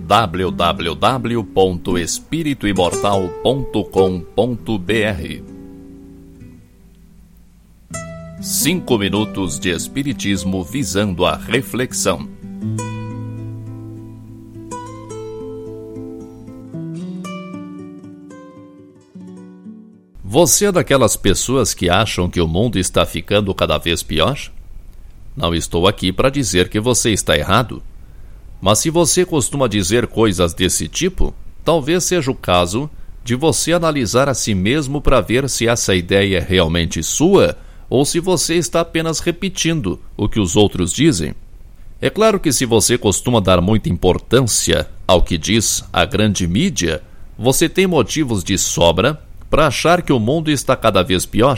www.espirituimortal.com.br 5 minutos de espiritismo visando a reflexão. Você é daquelas pessoas que acham que o mundo está ficando cada vez pior? Não estou aqui para dizer que você está errado. Mas se você costuma dizer coisas desse tipo, talvez seja o caso de você analisar a si mesmo para ver se essa ideia é realmente sua ou se você está apenas repetindo o que os outros dizem. É claro que se você costuma dar muita importância ao que diz a grande mídia, você tem motivos de sobra para achar que o mundo está cada vez pior.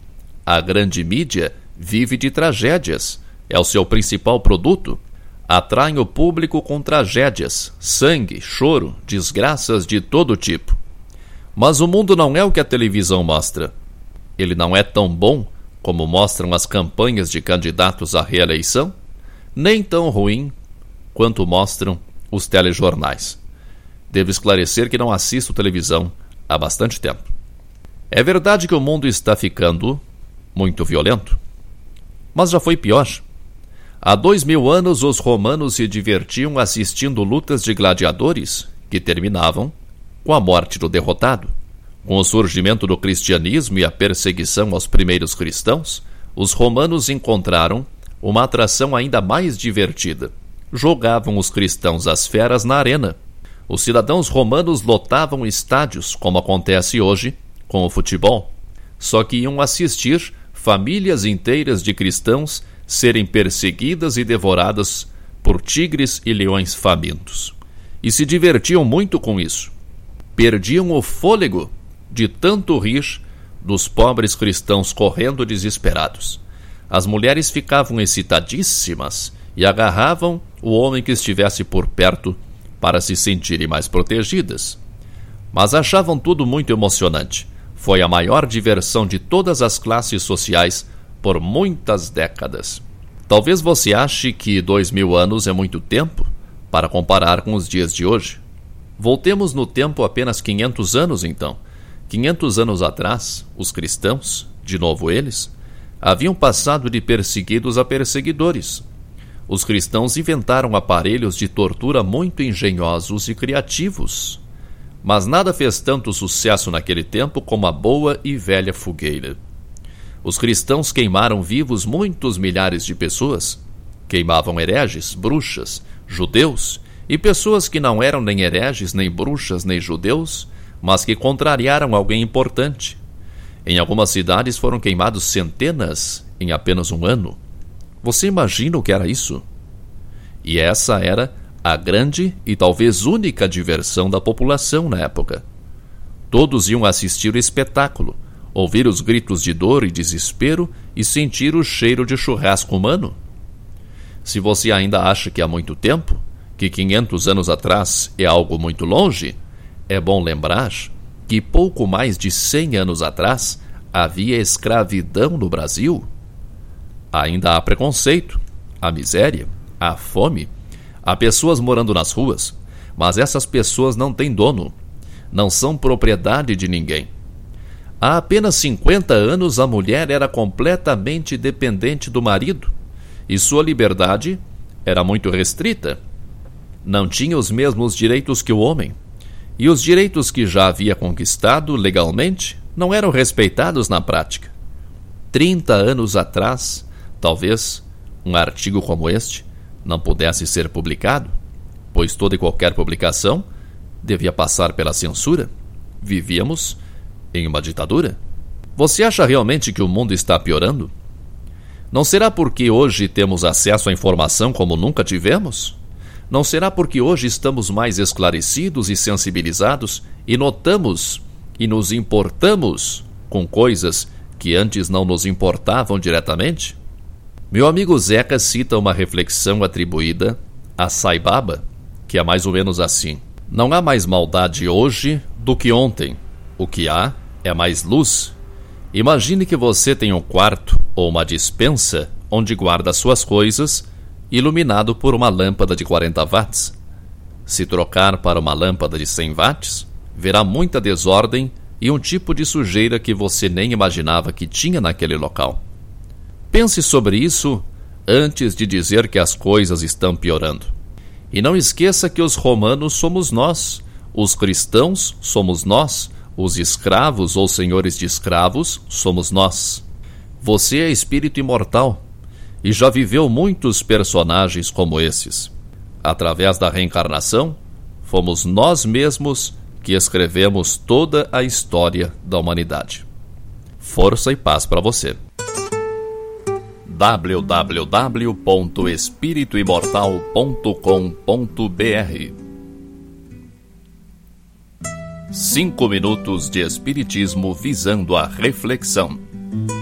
A grande mídia vive de tragédias, é o seu principal produto. Atraem o público com tragédias, sangue, choro, desgraças de todo tipo. Mas o mundo não é o que a televisão mostra. Ele não é tão bom como mostram as campanhas de candidatos à reeleição, nem tão ruim quanto mostram os telejornais. Devo esclarecer que não assisto televisão há bastante tempo. É verdade que o mundo está ficando muito violento, mas já foi pior. Há 2000 anos os romanos se divertiam assistindo lutas de gladiadores que terminavam com a morte do derrotado. Com o surgimento do cristianismo e a perseguição aos primeiros cristãos, os romanos encontraram uma atração ainda mais divertida. Jogavam os cristãos às feras na arena. Os cidadãos romanos lotavam estádios, como acontece hoje com o futebol. Só que iam assistir famílias inteiras de cristãos serem perseguidas e devoradas por tigres e leões famintos. E se divertiam muito com isso. Perdiam o fôlego de tanto rir dos pobres cristãos correndo desesperados. As mulheres ficavam excitadíssimas e agarravam o homem que estivesse por perto para se sentirem mais protegidas. Mas achavam tudo muito emocionante. Foi a maior diversão de todas as classes sociais por muitas décadas. Talvez você ache que 2000 anos é muito tempo para comparar com os dias de hoje. Voltemos no tempo apenas 500 anos então. 500 anos atrás, os cristãos, de novo eles, haviam passado de perseguidos a perseguidores. Os cristãos inventaram aparelhos de tortura muito engenhosos e criativos. Mas nada fez tanto sucesso naquele tempo como a boa e velha fogueira. Os cristãos queimaram vivos muitos milhares de pessoas. Queimavam hereges, bruxas, judeus e pessoas que não eram nem hereges, nem bruxas, nem judeus, mas que contrariaram alguém importante. Em algumas cidades foram queimados centenas em apenas um ano. Você imagina o que era isso? E essa era a grande e talvez única diversão da população na época. Todos iam assistir o espetáculo, ouvir os gritos de dor e desespero e sentir o cheiro de churrasco humano. Se você ainda acha que há muito tempo, que 500 anos atrás é algo muito longe, é bom lembrar que pouco mais de 100 anos atrás havia escravidão no Brasil. Ainda há preconceito, há miséria, há fome, há pessoas morando nas ruas, mas essas pessoas não têm dono, não são propriedade de ninguém. Há apenas 50 anos a mulher era completamente dependente do marido e sua liberdade era muito restrita. Não tinha os mesmos direitos que o homem, e os direitos que já havia conquistado legalmente não eram respeitados na prática. 30 anos atrás, talvez um artigo como este não pudesse ser publicado, pois toda e qualquer publicação devia passar pela censura. Vivíamos em uma ditadura. Você acha realmente que o mundo está piorando? Não será porque hoje temos acesso à informação como nunca tivemos? Não será porque hoje estamos mais esclarecidos e sensibilizados e notamos e nos importamos com coisas que antes não nos importavam diretamente? Meu amigo Zeca cita uma reflexão atribuída a Sai Baba, que é mais ou menos assim: não há mais maldade hoje do que ontem. O que há é mais luz. Imagine que você tem um quarto ou uma despensa onde guarda suas coisas, iluminado por uma lâmpada de 40 watts. Se trocar para uma lâmpada de 100 watts, verá muita desordem e um tipo de sujeira que você nem imaginava que tinha naquele local. Pense sobre isso antes de dizer que as coisas estão piorando. E não esqueça que os romanos somos nós, os cristãos somos nós, os escravos ou senhores de escravos somos nós. Você é espírito imortal e já viveu muitos personagens como esses. Através da reencarnação, fomos nós mesmos que escrevemos toda a história da humanidade. Força e paz para você. www.espirituimortal.com.br 5 minutos de espiritismo visando a reflexão.